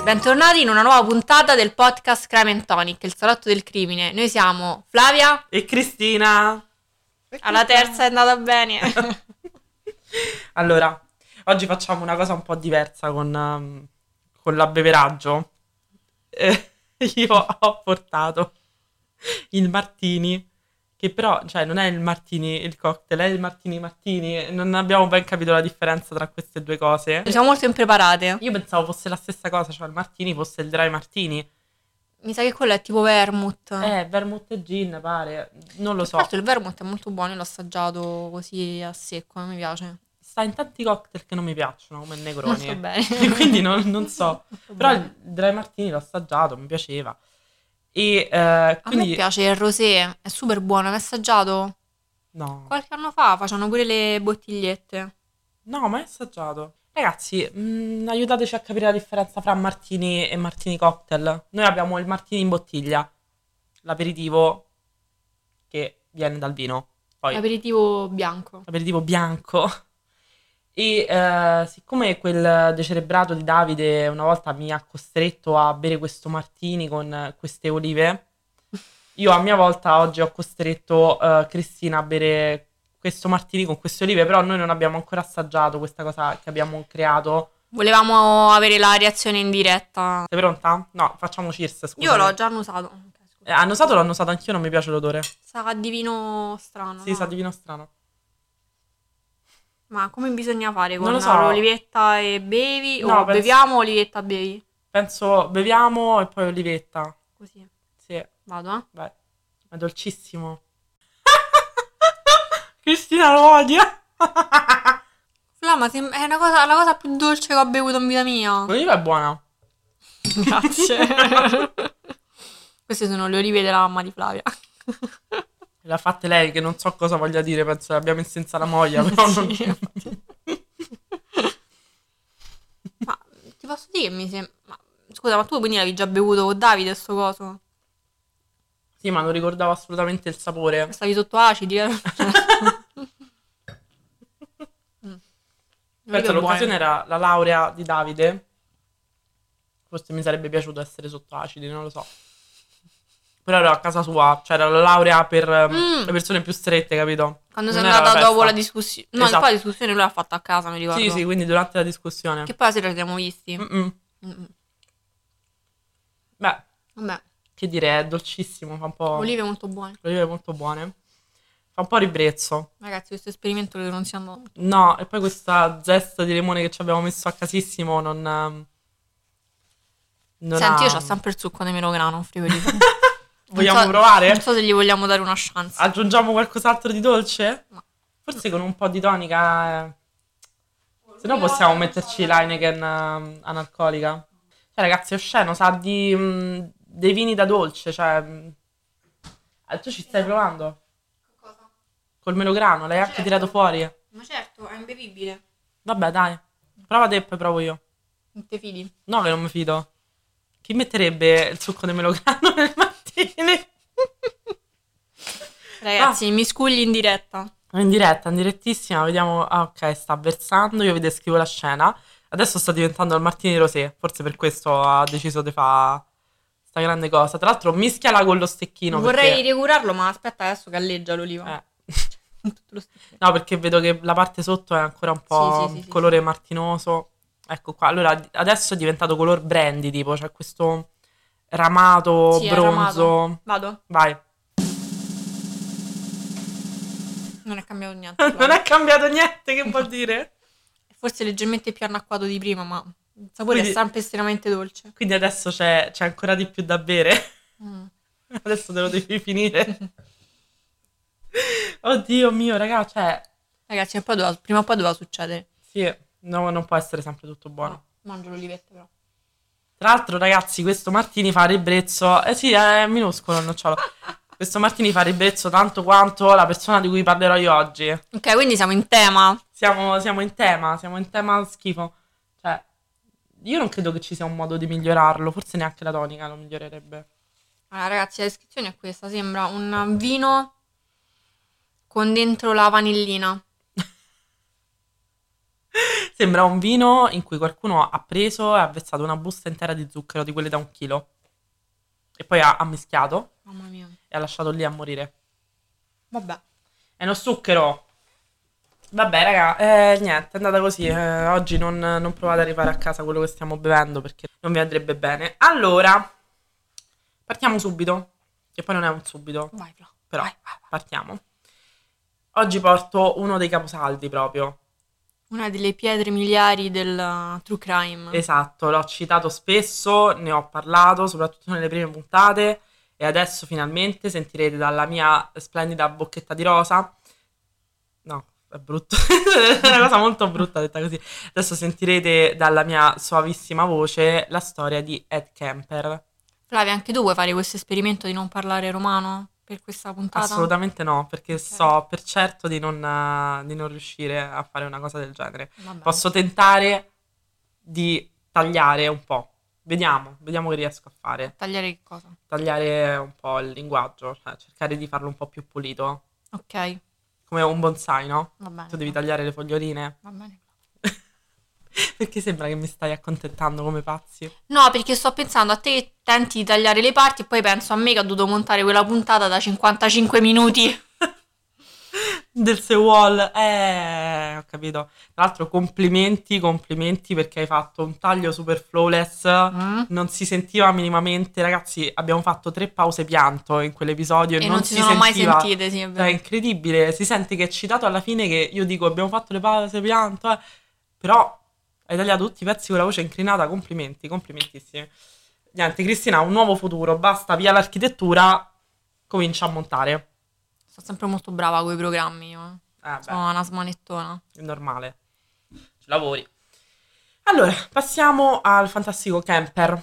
Bentornati in una nuova puntata del podcast Crime and Tonic, il salotto del crimine. Noi siamo Flavia e Cristina. Alla terza è andata bene. Allora, oggi facciamo una cosa un po' diversa con l'abbeveraggio. Io ho portato il martini, che però, cioè, non è il martini il cocktail, è il martini martini. Non abbiamo ben capito la differenza tra queste due cose. Siamo molto impreparate. Io pensavo fosse la stessa cosa, cioè il martini fosse il dry martini. Mi sa che quello è tipo vermouth. Vermouth e gin, pare. Non lo so. Tra l'altro il vermouth è molto buono, io l'ho assaggiato così a secco, non mi piace. Sta in tanti cocktail che non mi piacciono, come il Non Negroni. sto bene. Quindi non so. Sto Però bene. il dry martini l'ho assaggiato, mi piaceva. E A quindi... me piace il rosé, è super buono, l'hai assaggiato? No. Qualche anno fa facevano pure le bottigliette. No, mai assaggiato. Ragazzi, aiutateci a capire la differenza fra martini e martini cocktail. Noi abbiamo il martini in bottiglia, l'aperitivo che viene dal vino. Poi L'aperitivo bianco. l'aperitivo bianco. E siccome quel decerebrato di Davide una volta mi ha costretto a bere questo martini con queste olive, io a mia volta oggi ho costretto Cristina a bere questo martini con queste olive, però noi non abbiamo ancora assaggiato questa cosa che abbiamo creato. Volevamo avere la reazione in diretta. Sei pronta? No, facciamo cheers, scusa. Io l'ho già annusato. Ok, scusa. Annusato l'ho annusato anch'io, non mi piace l'odore. Sa di vino strano. Sì, no? sa di vino strano. Ma come bisogna fare con Non lo so. l'olivetta e bevi? No, O penso- beviamo olivetta bevi? Penso beviamo e poi olivetta. Così. Sì, Vado, eh? vai. È dolcissimo. Cristina lo odia. Fla, ma è una cosa, la cosa più dolce che ho bevuto in vita mia. L'oliva è buona. Grazie. Queste sono le olive della mamma di Flavia. Le ha fatte lei, che non so cosa voglia dire, penso le abbia messe in salamoia, però non... Sì, infatti. Ma ti posso dire che mi sembra... Scusa, ma tu quindi l'avevi già bevuto con Davide sto coso? Sì, ma non ricordavo assolutamente il sapore. Stavi sotto acidi, eh? Penso l'occasione era la laurea di Davide. Forse mi sarebbe piaciuto essere sotto acidi, non lo so. Però ero a casa sua, cioè era la laurea per le persone più strette, capito? Quando Non sei era andata festa. dopo la discussione. No, Esatto. poi la discussione lui l'ha fatta a casa, mi ricordo. Sì, sì, quindi durante la discussione. Che poi la sera ci siamo visti. Mm-mm. Mm-mm. Beh, Vabbè, che dire, è dolcissimo, fa un po'... olive molto buone. Olive molto buone. Fa un po' ribrezzo. Ragazzi, questo esperimento che non sia andato molto. No, e poi questa zesta di limone che ci abbiamo messo a casissimo non Senti, ha... io c'ho sempre il succo di melograno in frigorifero. Vogliamo Non so- provare? Non so se gli vogliamo dare una chance. Aggiungiamo qualcos'altro di dolce? No. Forse con un po' di tonica. Se no possiamo metterci l'Heineken analcolica. Cioè, ragazzi, è osceno, sa di dei vini da dolce, cioè... tu ci stai provando? Cosa? Col melograno, l'hai anche Certo. tirato fuori. Ma certo, è imbevibile. Vabbè, dai. Prova te e poi provo io. Non te fidi? No, che non mi fido. Chi metterebbe il succo di melograno nel mattino? Ragazzi, mi scugli in diretta. In diretta, in direttissima, vediamo. Ah, ok, sta versando. Io vi descrivo la scena. Adesso sta diventando il martini rosé. Forse per questo ha deciso di fare sta grande cosa. Tra l'altro, mischiala con lo stecchino. Vorrei perché... ricurarlo, ma aspetta adesso galleggia l'oliva. Tutto lo stesso. No, perché vedo che la parte sotto è ancora un po' Sì, sì, colore sì. martinoso. Ecco qua. Allora, adesso è diventato color brandy, tipo. C'è questo ramato, Sì, è bronzo. ramato. Vado? Vai. Non è cambiato niente. Non è cambiato niente, che vuol dire? Forse leggermente più annacquato di prima, ma il sapore Quindi- è sempre estremamente dolce. Quindi adesso c'è ancora di più da bere. Mm. Adesso te lo devi finire. Oddio mio, raga, cioè... Ragazzi, prima o poi doveva succedere. Sì, no, non può essere sempre tutto buono. No, mangio l'olivetta però. Tra l'altro, ragazzi, questo martini fa ribrezzo... sì, è minuscolo il nocciolo. Questo martini fa ribrezzo tanto quanto la persona di cui parlerò io oggi. Ok, quindi siamo in tema. Siamo in tema schifo. Cioè, io non credo che ci sia un modo di migliorarlo. Forse neanche la tonica lo migliorerebbe. Allora, ragazzi, la descrizione è questa. Sembra un vino con dentro la vanillina. Sembra un vino in cui qualcuno ha preso e ha versato una busta intera di zucchero, di quelle da 1 chilo, e poi ha mischiato Mamma mia. e ha lasciato lì a morire. Vabbè. È uno zucchero. Vabbè, raga, niente, è andata così. Oggi non provate a rifare a casa quello che stiamo bevendo perché non vi andrebbe bene. Allora, partiamo subito, che poi non è un subito, Vai, Fla. però Vai, vai, vai. partiamo. Oggi porto uno dei caposaldi proprio. Una delle pietre miliari del true crime. Esatto, l'ho citato spesso, ne ho parlato, soprattutto nelle prime puntate, e adesso finalmente sentirete dalla mia splendida bocchetta di rosa. No, è brutto, è una cosa molto brutta detta così. Adesso sentirete dalla mia suavissima voce la storia di Ed Kemper. Flavia, anche tu vuoi fare questo esperimento di non parlare romano per questa puntata? Assolutamente no, perché Ok. so per certo di non riuscire a fare una cosa del genere. Vabbè. Posso tentare di tagliare un po'. Vediamo che riesco a fare. Tagliare che cosa? Tagliare un po' il linguaggio, cioè cercare di farlo un po' più pulito. Ok, Come un bonsai, no? va bene. Tu devi tagliare le foglioline. Va bene. Perché sembra che mi stai accontentando come pazzi. No, perché sto pensando a te che tenti di tagliare le parti e poi penso a me che ho dovuto montare quella puntata da 55 minuti. Del Sewall, ho capito. Tra l'altro complimenti perché hai fatto un taglio super flawless, non si sentiva minimamente, ragazzi, abbiamo fatto 3 pause pianto in quell'episodio E non si sono mai sentite, sì, è Cioè, è vero. incredibile, si sente che è citato alla fine che io dico abbiamo fatto le pause pianto, però hai tagliato tutti i pezzi con la voce incrinata, complimentissimi. Niente, Cristina, un nuovo futuro, basta, via l'architettura, comincia a montare. Sono sempre molto brava con i programmi, io. Beh. Sono una smanettona. È normale. Ci lavori. Allora, passiamo al fantastico Kemper.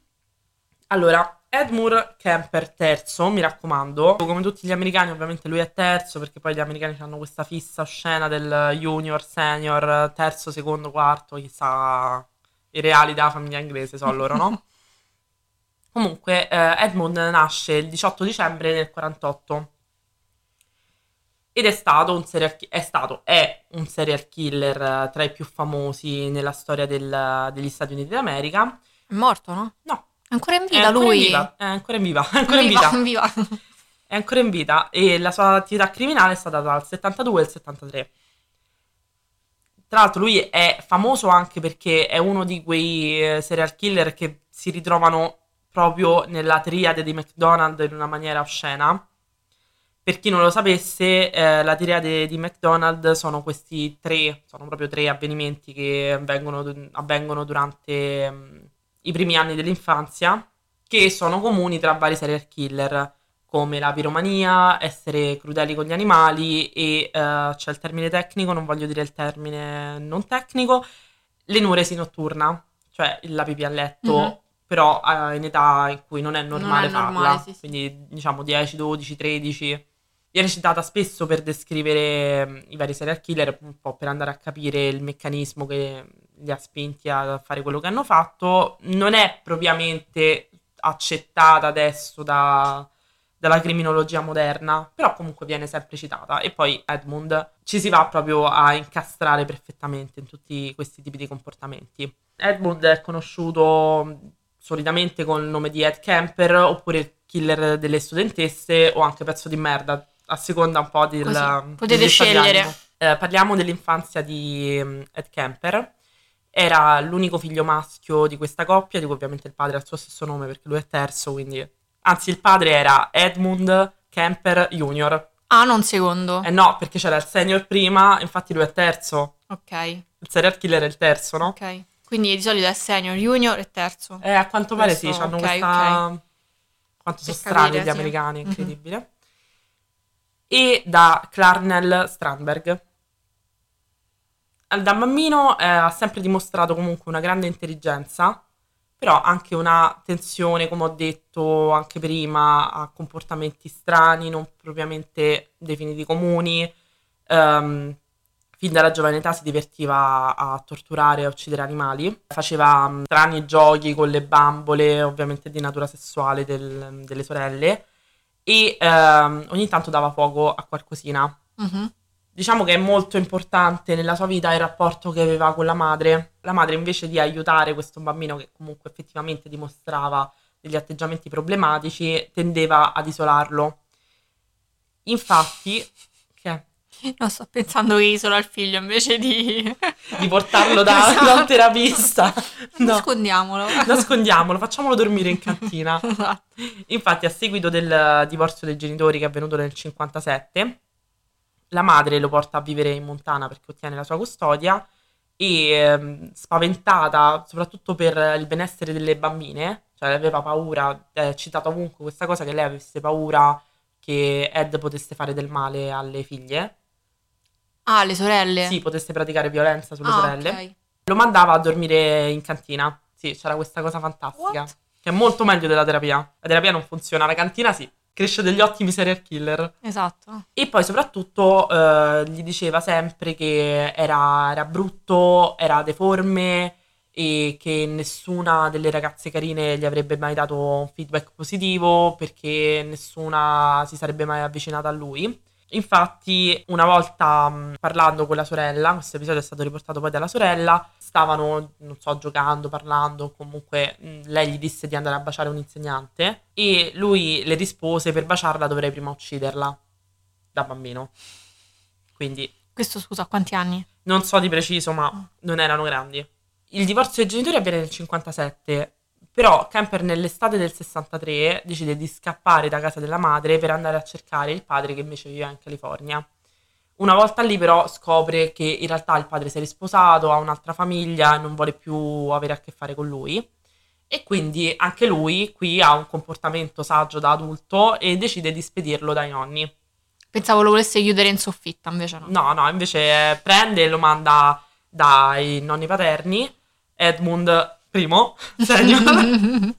Allora, Edmure Kemper III, mi raccomando. Come tutti gli americani, ovviamente lui è terzo, perché poi gli americani hanno questa fissa oscena del junior, senior, terzo, secondo, quarto, chissà i reali della famiglia inglese sono loro, no? Comunque, Edmund nasce il 18 dicembre del 48. Ed è stato è un serial killer tra i più famosi nella storia degli Stati Uniti d'America. È morto, no? No, È ancora in è vita ancora lui? in viva, è ancora in viva, è ancora in vita, Viva. è ancora in vita e la sua attività criminale è stata dal 72 al 73. Tra l'altro lui è famoso anche perché è uno di quei serial killer che si ritrovano proprio nella triade di McDonald's in una maniera oscena. Per chi non lo sapesse, la triade di McDonald's sono proprio 3 avvenimenti che avvengono durante i primi anni dell'infanzia, che sono comuni tra vari serial killer, come la piromania, essere crudeli con gli animali e c'è il termine tecnico, non voglio dire il termine non tecnico, l'enuresi notturna, cioè la pipì a letto, Mhm. però in età in cui non è normale Non è farla, normale, sì. quindi diciamo 10, 12, 13. Viene citata spesso per descrivere i vari serial killer, un po' per andare a capire il meccanismo che li ha spinti a fare quello che hanno fatto. Non è propriamente accettata adesso dalla criminologia moderna, però comunque viene sempre citata. E poi Edmund ci si va proprio a incastrare perfettamente in tutti questi tipi di comportamenti. Edmund è conosciuto solitamente con il nome di Ed Kemper, oppure il killer delle studentesse, o anche pezzo di merda, a seconda un po' Così, degli potete stati scegliere. d'animo. Parliamo dell'infanzia di Ed Kemper. Era l'unico figlio maschio di questa coppia, di cui ovviamente il padre ha il suo stesso nome perché lui è terzo, quindi... Anzi, il padre era Edmund Kemper Jr. Ah, non secondo. No, perché c'era il senior prima, infatti lui è terzo. Ok, Il serial killer è il terzo, no? ok. Quindi di solito è senior, junior e terzo. A quanto pare sì, Questo, hanno ok, questa... Quanto Per sono strani capire, gli sì. americani, Mhm. incredibile. E da Clarnell Strandberg. Da bambino ha sempre dimostrato comunque una grande intelligenza, però anche una tensione, come ho detto anche prima, a comportamenti strani, non propriamente definiti comuni. Fin dalla giovane età si divertiva a torturare e a uccidere animali. Faceva strani giochi con le bambole, ovviamente di natura sessuale delle sorelle, e ogni tanto dava fuoco a qualcosina. Mhm. Diciamo che è molto importante nella sua vita il rapporto che aveva con la madre. La madre, invece di aiutare questo bambino che comunque effettivamente dimostrava degli atteggiamenti problematici, tendeva ad isolarlo. Infatti, che No, sto pensando che isola il figlio invece di portarlo da Esatto. un terapista. No, Nascondiamolo. nascondiamolo, facciamolo dormire in cantina. Esatto. Infatti, a seguito del divorzio dei genitori che è avvenuto nel 57, la madre lo porta a vivere in Montana perché ottiene la sua custodia e spaventata soprattutto per il benessere delle bambine, cioè aveva paura, è citato ovunque questa cosa, che lei avesse paura che Ed potesse fare del male alle figlie, Ah, le sorelle? sì, potesse praticare violenza sulle Ah, sorelle, ok. lo mandava a dormire in cantina. Sì, c'era questa cosa fantastica, What? che è molto meglio della terapia. La terapia non funziona, la cantina sì, cresce degli ottimi serial killer. Esatto. E poi soprattutto gli diceva sempre che era brutto, era deforme e che nessuna delle ragazze carine gli avrebbe mai dato un feedback positivo perché nessuna si sarebbe mai avvicinata a lui. Infatti, una volta parlando con la sorella, questo episodio è stato riportato poi dalla sorella, stavano, non so, giocando, parlando, comunque lei gli disse di andare a baciare un insegnante e lui le rispose: per baciarla dovrei prima ucciderla, da bambino. Quindi Questo scusa, a quanti anni? non so di preciso, ma non erano grandi. Il divorzio dei genitori avviene nel 57, però Kemper nell'estate del 63 decide di scappare da casa della madre per andare a cercare il padre che invece viveva in California. Una volta lì però scopre che in realtà il padre si è risposato, ha un'altra famiglia e non vuole più avere a che fare con lui. E quindi anche lui qui ha un comportamento saggio da adulto e decide di spedirlo dai nonni. Pensavo lo volesse chiudere in soffitta, invece no. No, no, invece prende e lo manda dai nonni paterni, Edmund primo, senior,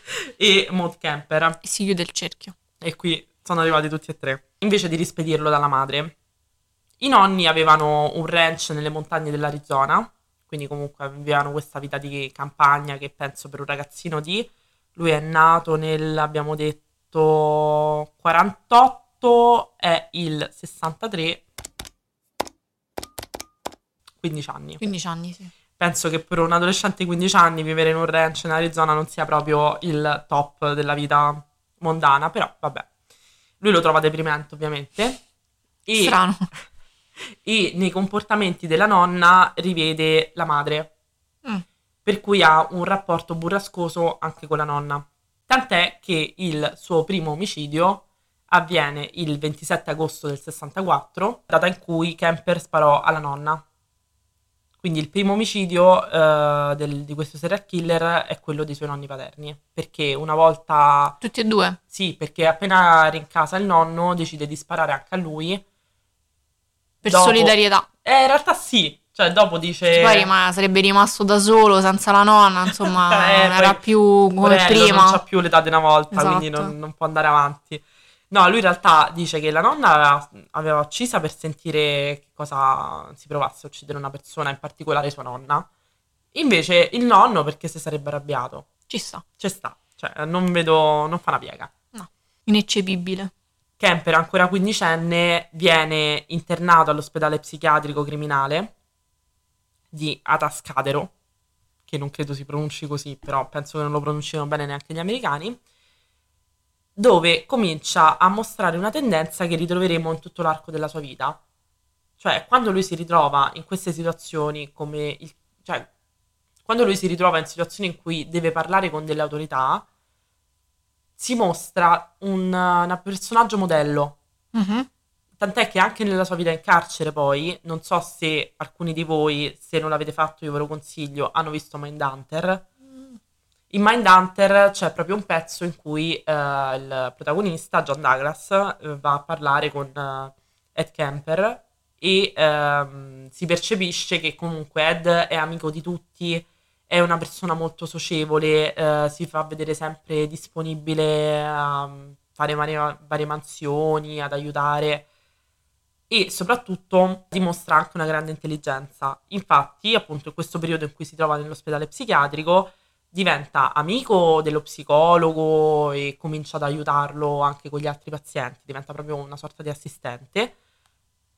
e Maud Kemper. E si chiude il cerchio. E qui sono arrivati tutti e tre. Invece di rispedirlo dalla madre. I nonni avevano un ranch nelle montagne dell'Arizona, quindi comunque vivevano questa vita di campagna che penso per un ragazzino di... Lui è nato nel, abbiamo detto, 48, è il 63, 15 anni. 15 anni, sì. Penso che per un adolescente di 15 anni vivere in un ranch in Arizona non sia proprio il top della vita mondana, però vabbè. Lui lo trova deprimente, ovviamente. E, Strano. e nei comportamenti della nonna rivede la madre, Mm. per cui ha un rapporto burrascoso anche con la nonna. Tant'è che il suo primo omicidio avviene il 27 agosto del 64, data in cui Kemper sparò alla nonna. Quindi il primo omicidio di questo serial killer è quello dei suoi nonni paterni, perché una volta... Tutti e due? Sì, perché appena rincasa il nonno decide di sparare anche a lui. Per Dopo- solidarietà. in realtà sì, cioè dopo dice... Poi sarebbe rimasto da solo, senza la nonna, insomma, non poi, era più come porello, prima. non c'ha più l'età di una volta, quindi Esatto. non può andare avanti. No, lui in realtà dice che la nonna aveva uccisa per sentire che cosa si provasse a uccidere una persona, in particolare sua nonna. Invece il nonno perché si sarebbe arrabbiato. Ci sta. Ci sta, cioè non vedo, non fa una piega. No. Ineccepibile. Kemper, ancora quindicenne, viene internato all'ospedale psichiatrico criminale di Atascadero, che non credo si pronunci così, però penso che non lo pronuncino bene neanche gli americani, dove comincia a mostrare una tendenza che ritroveremo in tutto l'arco della sua vita. Cioè, quando lui si ritrova in queste situazioni cioè, quando lui si ritrova in situazioni in cui deve parlare con delle autorità, si mostra un personaggio modello. Mhm. Tant'è che anche nella sua vita in carcere poi, non so se alcuni di voi, se non l'avete fatto io ve lo consiglio, hanno visto Mindhunter. In Mindhunter c'è proprio un pezzo in cui il protagonista, John Douglas, va a parlare con Ed Kemper e si percepisce che comunque Ed è amico di tutti, è una persona molto socievole, si fa vedere sempre disponibile a fare varie mansioni, ad aiutare e soprattutto dimostra anche una grande intelligenza. Infatti, appunto, in questo periodo in cui si trova nell'ospedale psichiatrico, diventa amico dello psicologo e comincia ad aiutarlo anche con gli altri pazienti, diventa proprio una sorta di assistente.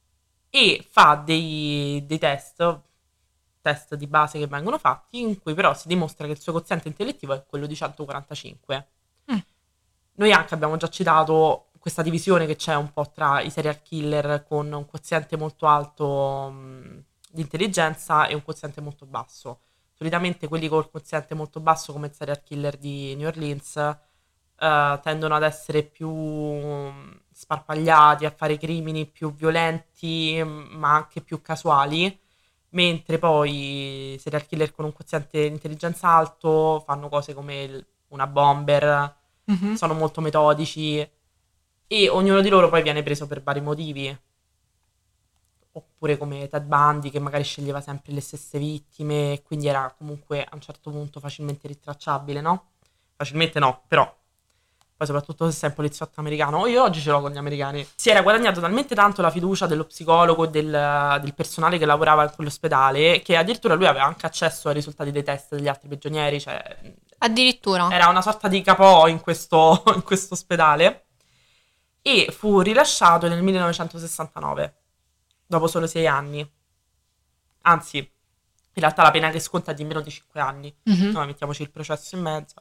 e fa dei test di base che vengono fatti, in cui però si dimostra che il suo quoziente intellettivo è quello di 145. Mm. Noi anche abbiamo già citato questa divisione che c'è un po' tra i serial killer con un quoziente molto alto di intelligenza e un quoziente molto basso. Solitamente quelli col quoziente molto basso, come il serial killer di New Orleans, tendono ad essere più sparpagliati, a fare crimini più violenti, ma anche più casuali, mentre poi i serial killer con un quoziente di intelligenza alto fanno cose come una bomber, Mhm. sono molto metodici e ognuno di loro poi viene preso per vari motivi. Oppure come Ted Bundy che magari sceglieva sempre le stesse vittime e quindi era comunque a un certo punto facilmente rintracciabile, no? Facilmente no, però poi soprattutto se sei un poliziotto americano, io oggi ce l'ho con gli americani, si era guadagnato talmente tanto la fiducia dello psicologo e del personale che lavorava in quell'ospedale che addirittura lui aveva anche accesso ai risultati dei test degli altri prigionieri, cioè Addirittura. era una sorta di capo in questo, in questo ospedale e fu rilasciato nel 1969, dopo solo 6 anni. Anzi, in realtà la pena che sconta è di meno di 5 anni. Mhm. No, mettiamoci il processo in mezzo.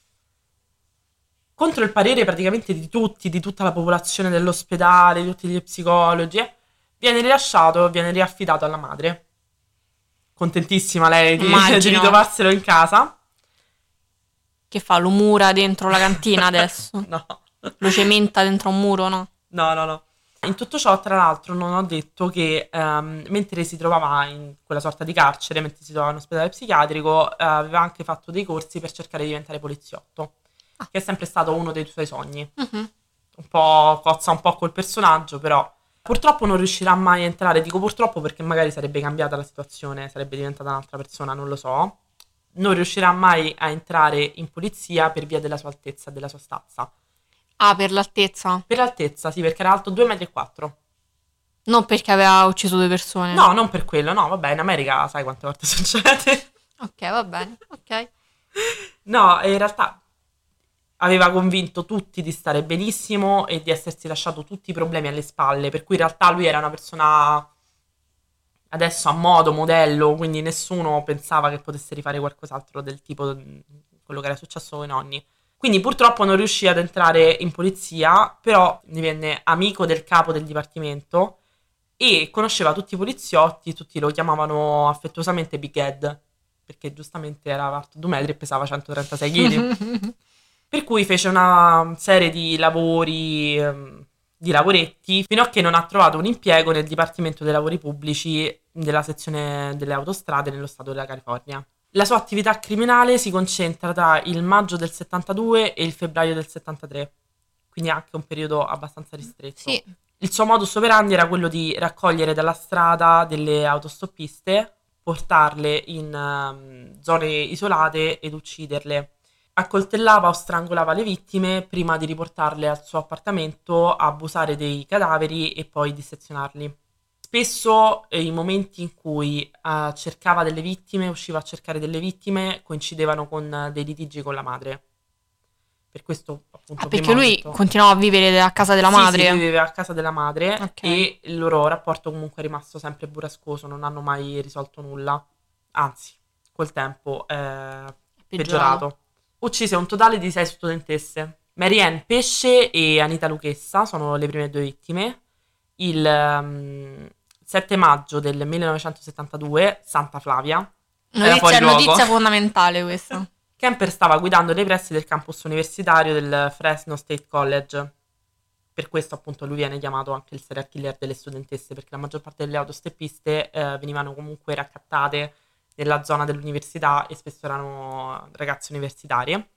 Contro il parere praticamente di tutti, di tutta la popolazione dell'ospedale, di tutti gli psicologi, viene rilasciato, viene riaffidato alla madre. Contentissima lei di, di Immagino. ritrovarselo in casa. Che fa? Lo mura dentro la cantina adesso? No, Lo cementa dentro un muro, no? no. In tutto ciò, tra l'altro, non ho detto che mentre si trovava in quella sorta di carcere, mentre si trovava in ospedale psichiatrico, aveva anche fatto dei corsi per cercare di diventare poliziotto, che è sempre stato uno dei suoi sogni. Mhm. Un po' cozza un po' col personaggio, però purtroppo non riuscirà mai a entrare. Dico purtroppo perché magari sarebbe cambiata la situazione, sarebbe diventata un'altra persona, non lo so. Non riuscirà mai a entrare in polizia per via della sua altezza, della sua stazza. Ah, per l'altezza. Per l'altezza, sì, perché era alto 2,4 m. Non perché aveva ucciso due persone. No, non per quello, no, vabbè, in America sai quante volte succede. Ok, va bene. Ok. No, in realtà aveva convinto tutti di stare benissimo e di essersi lasciato tutti i problemi alle spalle, per cui in realtà lui era una persona adesso a modo, modello, quindi nessuno pensava che potesse rifare qualcos'altro del tipo quello che era successo con i nonni. Quindi purtroppo non riuscì ad entrare in polizia, però divenne amico del capo del dipartimento e conosceva tutti i poliziotti, tutti lo chiamavano affettuosamente Big Ed, perché giustamente era alto 2 metri e pesava 136 kg. Per cui fece una serie di lavori, di lavoretti, fino a che non ha trovato un impiego nel Dipartimento dei Lavori Pubblici della sezione delle autostrade nello stato della California. La sua attività criminale si concentra tra il maggio del 72 e il febbraio del 73, quindi anche un periodo abbastanza ristretto. Sì. Il suo modus operandi era quello di raccogliere dalla strada delle autostoppiste, portarle in zone isolate ed ucciderle. Accoltellava o strangolava le vittime prima di riportarle al suo appartamento, abusare dei cadaveri e poi dissezionarli. Spesso i momenti in cui cercava delle vittime, usciva a cercare delle vittime, coincidevano con dei litigi con la madre. Per questo, appunto, Ah, prima perché ho lui detto... continuava a vivere a casa della Sì, madre. sì, viveva a casa della madre Ok. e il loro rapporto comunque è rimasto sempre burrascoso, non hanno mai risolto nulla. Anzi, col tempo è peggiorato. Uccise un totale di 6 studentesse. Mary Ann Pesce e Anita Luchessa sono le prime due vittime. Il 7 maggio del 1972, Santa Flavia, era fuori luogo. Notizia fondamentale questa. Kemper stava guidando nei pressi del campus universitario del Fresno State College. Per questo appunto lui viene chiamato anche il serial killer delle studentesse, perché la maggior parte delle autosteppiste venivano comunque raccattate nella zona dell'università e spesso erano ragazze universitarie.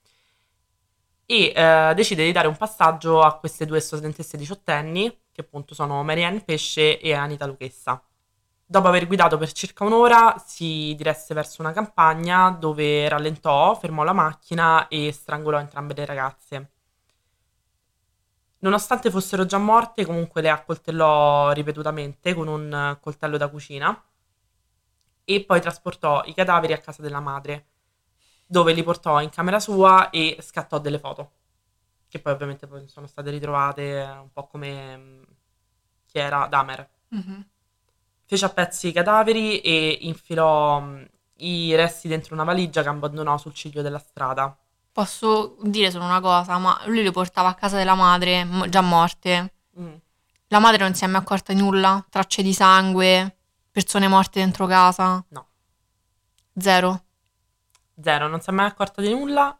E decide di dare un passaggio a queste due studentesse diciottenni, che appunto sono Mary Ann Pesce e Anita Luchessa. Dopo aver guidato per circa un'ora, si diresse verso una campagna dove rallentò, fermò la macchina e strangolò entrambe le ragazze. Nonostante fossero già morte, comunque le accoltellò ripetutamente con un coltello da cucina e poi trasportò i cadaveri a casa della madre, dove li portò in camera sua e scattò delle foto, che poi ovviamente poi sono state ritrovate un po' come chi era Dahmer. Mhm. Fece a pezzi i cadaveri e infilò i resti dentro una valigia che abbandonò sul ciglio della strada. Posso dire solo una cosa, ma lui li portava a casa della madre, già morte. Mm, La madre non si è mai accorta di nulla? Tracce di sangue, persone morte dentro casa? no, Zero. zero, non si è mai accorta di nulla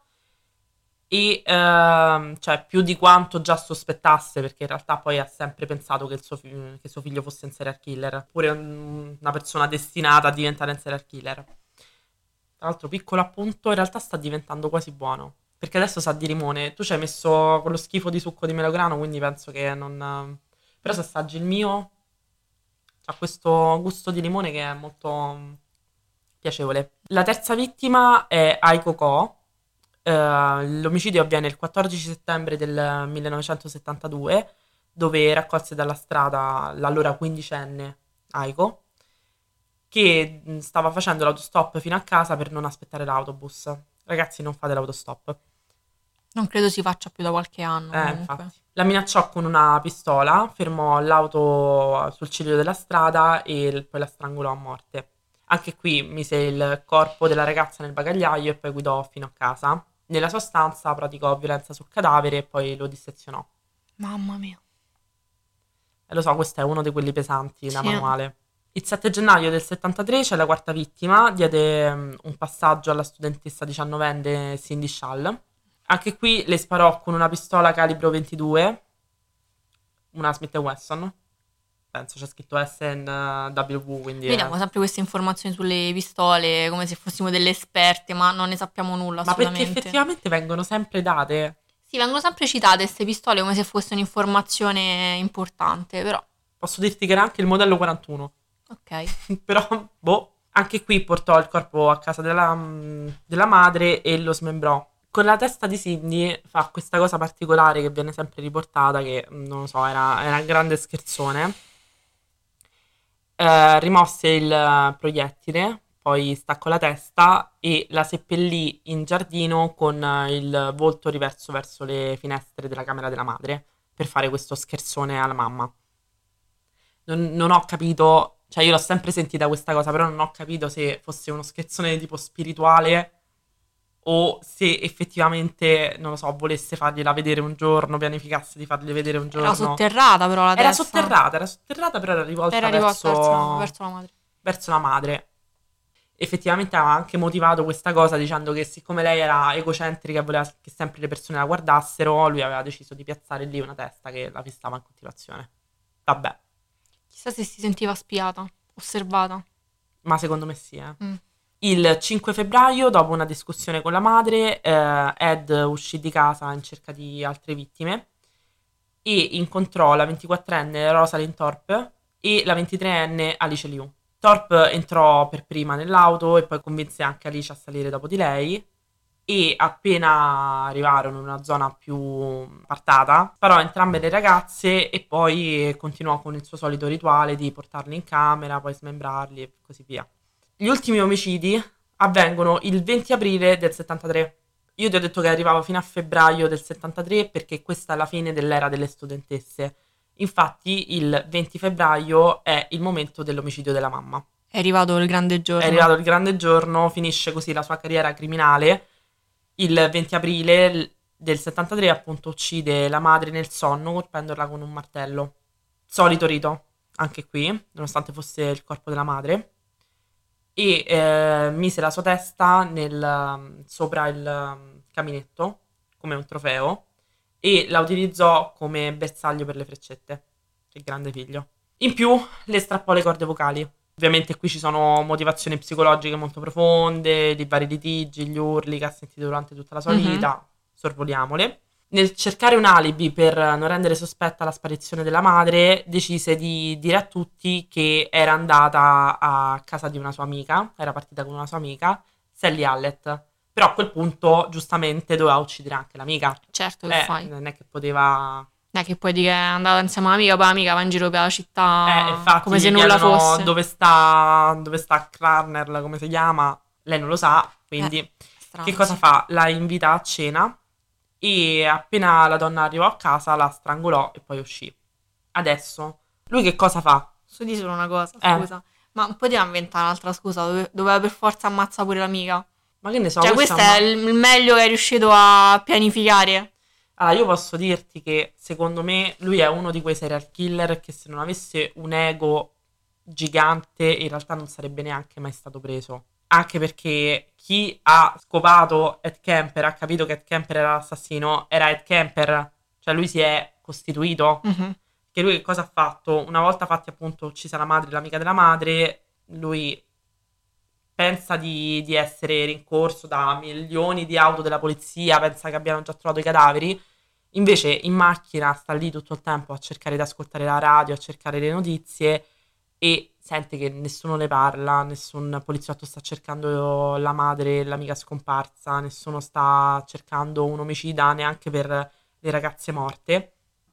e cioè più di quanto già sospettasse, perché in realtà poi ha sempre pensato che, che suo figlio fosse un serial killer, oppure una persona destinata a diventare un serial killer. Tra l'altro, piccolo appunto, in realtà sta diventando quasi buono. Perché adesso sa di limone. Tu ci hai messo quello schifo di succo di melograno, quindi penso che non... Però se assaggi il mio, ha questo gusto di limone che è molto piacevole. La terza vittima è Aiko Ko. L'omicidio avviene il 14 settembre del 1972, dove raccolse dalla strada l'allora quindicenne Aiko che stava facendo l'autostop fino a casa per non aspettare l'autobus. Ragazzi, non fate l'autostop. Non credo si faccia più da qualche anno, comunque. Infatti. La minacciò con una pistola, fermò l'auto sul ciglio della strada e poi la strangolò a morte. Anche qui mise il corpo della ragazza nel bagagliaio e poi guidò fino a casa. Nella sua stanza praticò violenza sul cadavere e poi lo dissezionò. Mamma mia. E lo so, questo è uno di quelli pesanti da Sì. manuale. Il 7 gennaio del 73 c'è la quarta vittima, diede un passaggio alla studentessa diciannovenne Cindy Schall. Anche qui le sparò con una pistola calibro 22, una Smith Wesson. Penso c'è scritto SNW, quindi Noi diamo sempre queste informazioni sulle pistole come se fossimo delle esperte, ma non ne sappiamo nulla Ma perché assolutamente. effettivamente vengono sempre date. Sì, vengono sempre citate queste pistole come se fosse un'informazione importante, però Posso dirti che era anche il modello 41. ok. Però, boh. Anche qui portò il corpo a casa della madre e lo smembrò. Con la testa di Cindy fa questa cosa particolare che viene sempre riportata, che non lo so, era un grande scherzone. Rimosse il proiettile, poi staccò la testa e la seppellì in giardino con il volto riverso verso le finestre della camera della madre per fare questo scherzone alla mamma. Non ho capito, cioè io l'ho sempre sentita questa cosa, però non ho capito se fosse uno scherzone di tipo spirituale o se effettivamente, non lo so, volesse fargliela vedere un giorno, pianificasse di fargli vedere un giorno. Era sotterrata però la Era testa. sotterrata, però era rivolta, Era rivolta verso, verso la madre. verso la madre. Effettivamente aveva anche motivato questa cosa dicendo che siccome lei era egocentrica e voleva che sempre le persone la guardassero, lui aveva deciso di piazzare lì una testa che la fissava in continuazione. Vabbè, Chissà se si sentiva spiata, osservata. ma secondo me sì, eh. Mm. Il 5 febbraio, dopo una discussione con la madre, Ed uscì di casa in cerca di altre vittime e incontrò la 24enne Rosalind Thorpe e la 23enne Alice Liu. Thorpe entrò per prima nell'auto e poi convinse anche Alice a salire dopo di lei e appena arrivarono in una zona più appartata, sparò a entrambe le ragazze e poi continuò con il suo solito rituale di portarli in camera, poi smembrarli e così via. Gli ultimi omicidi avvengono il 20 aprile del 73. Io ti ho detto che arrivavo fino a febbraio del 73 perché questa è la fine dell'era delle studentesse. Infatti il 20 febbraio è il momento dell'omicidio della mamma. È arrivato il grande giorno. È arrivato il grande giorno, finisce così la sua carriera criminale. Il 20 aprile del 73 appunto uccide la madre nel sonno colpendola con un martello. Solito rito, anche qui, nonostante fosse il corpo della madre. E mise la sua testa sopra il caminetto come un trofeo e la utilizzò come bersaglio per le freccette. Che grande figlio. In più le strappò le corde vocali. Ovviamente qui ci sono motivazioni psicologiche molto profonde, di vari litigi, gli urli che ha sentito durante tutta la sua vita, sorvoliamole. Nel cercare un alibi per non rendere sospetta la sparizione della madre, decise di dire a tutti che era andata a casa di una sua amica, era partita con una sua amica, Sally Hallett. Però a quel punto, giustamente, doveva uccidere anche l'amica. Certo che fai. Non è che poteva... Non è che puoi dire che è andata insieme all'amica, poi l'amica va in giro per la città infatti come se gli nulla chiedono fosse. dove sta Klarner, come si chiama. Lei non lo sa, quindi Strano, che cosa sì. fa? La invita a cena e appena la donna arrivò a casa la strangolò e poi uscì. Adesso, lui che cosa fa? Posso dire solo una cosa, scusa. Ma non poteva inventare un'altra scusa, doveva per forza ammazzare pure l'amica. Ma che ne so, Cioè, questo è il meglio che è riuscito a pianificare. Allora, io posso dirti che secondo me lui è uno di quei serial killer che se non avesse un ego gigante in realtà non sarebbe neanche mai stato preso. Anche perché chi ha scopato Ed Kemper, ha capito che Ed Kemper era l'assassino, era Ed Kemper. Cioè lui si è costituito. Che lui che cosa ha fatto? Una volta fatti appunto uccisa la madre e l'amica della madre, lui pensa di essere rincorso da milioni di auto della polizia, pensa che abbiano già trovato i cadaveri. Invece in macchina sta lì tutto il tempo a cercare di ascoltare la radio, a cercare le notizie e sente che nessuno ne parla, nessun poliziotto sta cercando la madre e l'amica scomparsa, nessuno sta cercando un omicida neanche per le ragazze morte.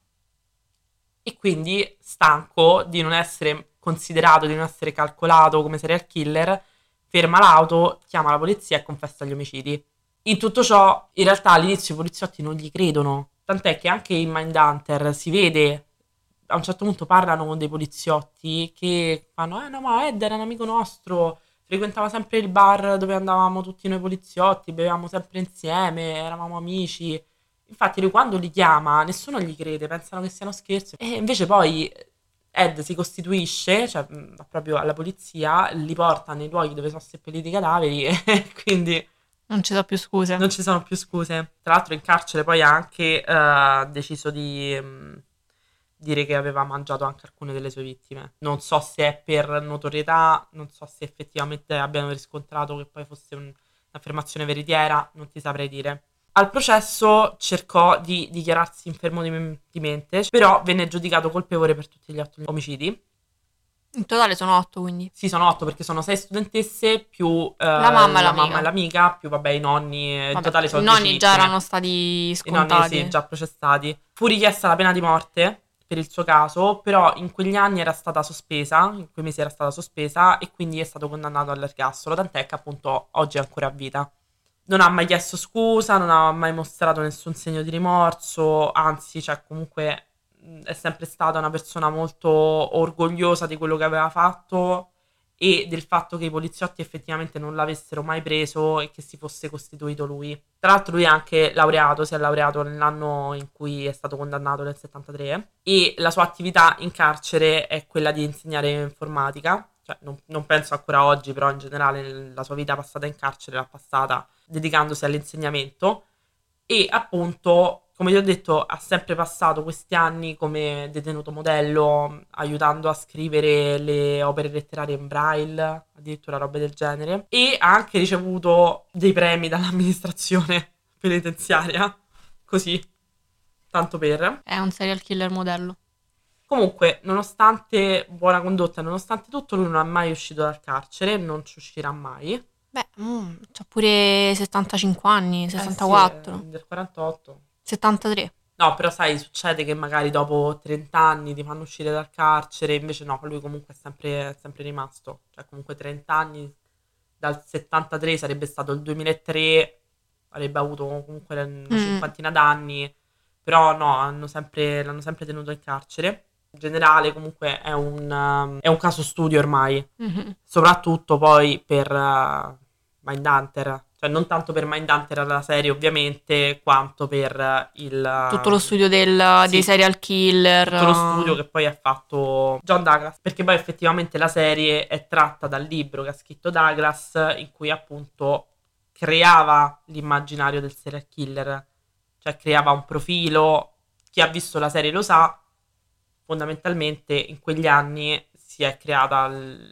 E quindi, stanco di non essere considerato, di non essere calcolato come serial killer, ferma l'auto, chiama la polizia e confessa gli omicidi. In tutto ciò, in realtà all'inizio i poliziotti non gli credono, tant'è che anche in Mindhunter si vede, a un certo punto parlano con dei poliziotti che fanno no ma Ed era un amico nostro, frequentava sempre il bar dove andavamo tutti noi poliziotti, bevevamo sempre insieme, eravamo amici. Infatti lui quando li chiama nessuno gli crede, pensano che siano scherzi. E invece poi Ed si costituisce, cioè va proprio alla polizia, li porta nei luoghi dove sono seppelliti i cadaveri e quindi Non ci sono più scuse. non ci sono più scuse. Tra l'altro in carcere poi ha anche deciso di dire che aveva mangiato anche alcune delle sue vittime. Non so se è per notorietà, non so se effettivamente abbiano riscontrato che poi fosse un'affermazione veritiera, non ti saprei dire. Al processo cercò di dichiararsi infermo di mente, però venne giudicato colpevole per tutti gli 8 omicidi. In totale sono 8, quindi. Sì, sono 8 perché sono 6 studentesse più La mamma e la l'amica. mamma e l'amica, più vabbè i nonni, in Vabbè, totale sono i 10 nonni già vittime. erano stati I nonni scontati. sì, già processati. Fu richiesta la pena di morte per il suo caso, però in quegli anni era stata sospesa, in quei mesi era stata sospesa e quindi è stato condannato all'ergastolo, tant'è che appunto oggi è ancora a vita. Non ha mai chiesto scusa, non ha mai mostrato nessun segno di rimorso, anzi, cioè comunque è sempre stata una persona molto orgogliosa di quello che aveva fatto e del fatto che i poliziotti effettivamente non l'avessero mai preso e che si fosse costituito lui. Tra l'altro lui è anche laureato, si è laureato nell'anno in cui è stato condannato nel 73 e la sua attività in carcere è quella di insegnare informatica. Cioè, non penso ancora oggi, però in generale la sua vita passata in carcere l'ha passata dedicandosi all'insegnamento e appunto, come ti ho detto, ha sempre passato questi anni come detenuto modello, aiutando a scrivere le opere letterarie in braille, addirittura robe del genere, e ha anche ricevuto dei premi dall'amministrazione penitenziaria, così, tanto per. È un serial killer modello. Comunque, nonostante buona condotta, nonostante tutto, lui non è mai uscito dal carcere, non ci uscirà mai. Beh, c'ha pure 75 anni, Sì, 64, è del 48. 73. No, però sai, succede che magari dopo 30 anni ti fanno uscire dal carcere, invece no, lui comunque è sempre rimasto. Cioè comunque 30 anni, dal 73 sarebbe stato il 2003, avrebbe avuto comunque una cinquantina d'anni, però no, l'hanno sempre tenuto in carcere. In generale comunque è un caso studio ormai, soprattutto poi per Mindhunter. Cioè non tanto per Mindhunter la serie ovviamente, quanto per Tutto lo studio dei serial killer. tutto lo studio che poi ha fatto John Douglas, perché poi effettivamente la serie è tratta dal libro che ha scritto Douglas, in cui appunto creava l'immaginario del serial killer, cioè creava un profilo. Chi ha visto la serie lo sa, fondamentalmente in quegli anni si è creata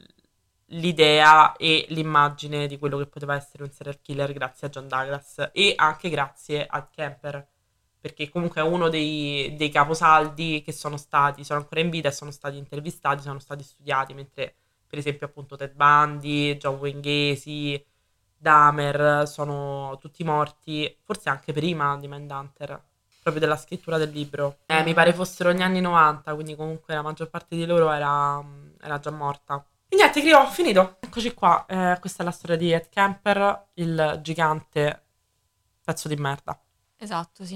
l'idea e l'immagine di quello che poteva essere un serial killer grazie a John Douglas e anche grazie a Kemper, perché comunque è uno dei caposaldi che sono ancora in vita e sono stati intervistati, sono stati studiati, mentre per esempio appunto Ted Bundy, John Wayne Gacy, Dahmer sono tutti morti, forse anche prima di Mindhunter, proprio della scrittura del libro. Mi pare fossero gli anni 90, quindi comunque la maggior parte di loro era già morta. E niente, Crio, ho finito. Eccoci qua. Questa è la storia di Ed Kemper, il gigante pezzo di merda. Esatto, sì.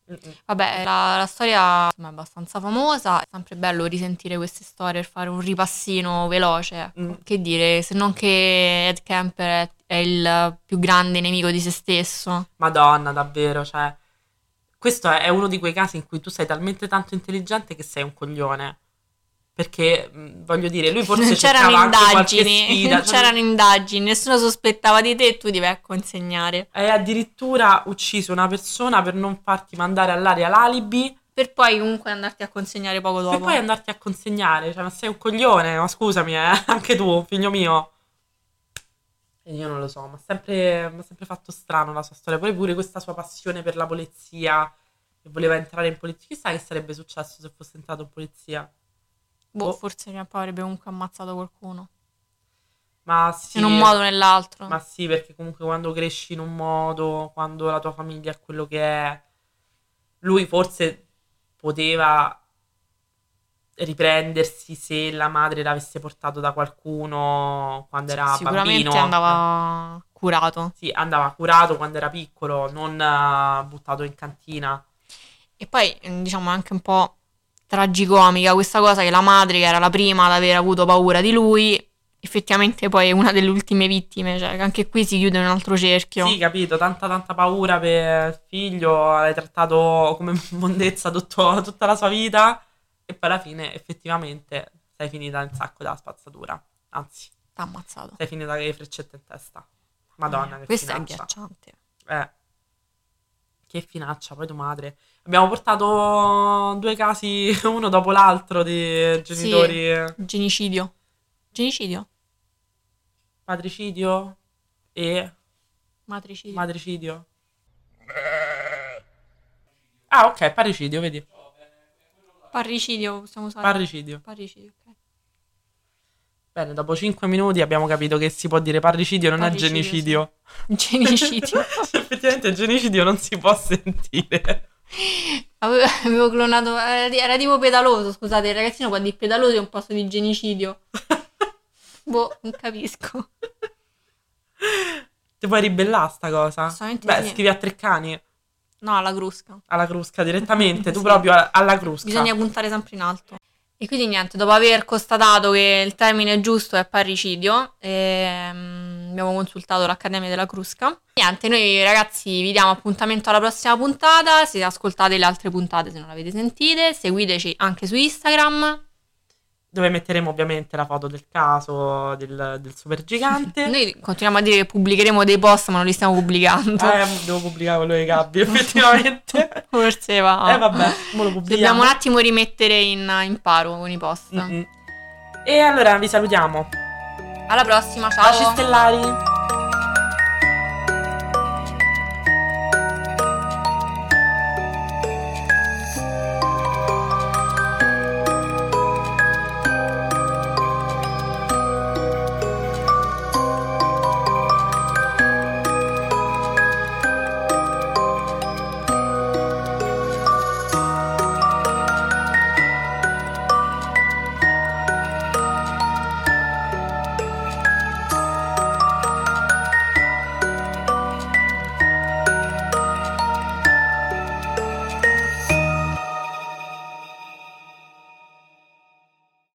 Vabbè, la storia insomma, è abbastanza famosa, è sempre bello risentire queste storie per fare un ripassino veloce. Ecco. Che dire, se non che Ed Kemper è il più grande nemico di se stesso. Madonna, davvero, cioè, questo è uno di quei casi in cui tu sei talmente tanto intelligente che sei un coglione. Perché, voglio dire, lui forse c'erano cercava anche qualche indagini, sfida. c'erano indagini, nessuno sospettava di te e tu ti vai a consegnare. Hai addirittura ucciso una persona per non farti mandare all'aria l'alibi. Per poi comunque andarti a consegnare poco dopo. Per poi andarti a consegnare. Cioè, ma sei un coglione, ma scusami, anche tu, figlio mio. E io non lo so, m'ha sempre fatto strano la sua storia. Pure questa sua passione per la polizia, che voleva entrare in polizia. Chissà che sarebbe successo se fosse entrato in polizia. Boh, forse prima o poi avrebbe comunque ammazzato qualcuno. Ma sì. In un modo o nell'altro. Ma sì, perché comunque quando cresci in un modo, quando la tua famiglia è quello che è, lui forse poteva riprendersi se la madre l'avesse portato da qualcuno quando era Sicuramente bambino. andava curato. Sì, andava curato quando era piccolo, non buttato in cantina. E poi, diciamo, è anche un po' tragicomica questa cosa che la madre, che era la prima ad aver avuto paura di lui, effettivamente poi è una delle ultime vittime, cioè che anche qui si chiude un altro cerchio. Sì, capito, tanta paura per il figlio, l'hai trattato come mondezza tutta la sua vita e poi alla fine effettivamente sei finita in sacco dalla spazzatura, anzi, T'ha ammazzato. sei finita con le freccette in testa. Madonna, che Questo è finaccia. agghiacciante. Che finaccia, poi tua madre. Abbiamo portato 2 casi uno dopo l'altro di genitori. Sì, genicidio. Genicidio? Patricidio e Matricidio. matricidio. Ah, ok, parricidio, vedi. Parricidio possiamo usare. Parricidio. Parricidio, ok. Bene, dopo 5 minuti abbiamo capito che si può dire parricidio, non è Parricidio, genicidio. sì. Genicidio. Effettivamente genicidio non si può sentire. Avevo clonato, era tipo pedaloso, scusate, il ragazzino può dire pedaloso è un posto di genicidio. Boh, non capisco. Ti puoi ribellare sta cosa? Assolutamente Beh, sì. scrivi a Treccani, No, alla crusca. alla crusca direttamente, tu Sì. proprio alla crusca. Bisogna puntare sempre in alto. E quindi niente, dopo aver constatato che il termine giusto è parricidio, abbiamo consultato l'Accademia della Crusca. Niente, noi ragazzi vi diamo appuntamento alla prossima puntata, se ascoltate le altre puntate se non l'avete sentite, seguiteci anche su Instagram. Dove metteremo ovviamente la foto del caso del super gigante. Noi continuiamo a dire che pubblicheremo dei post ma non li stiamo pubblicando. Devo pubblicare quello dei Gabby, effettivamente. Forse va. Vabbè, mo lo pubblichiamo. Dobbiamo un attimo rimettere in paro con i post. E allora vi salutiamo. Alla prossima, ciao. Baci stellari.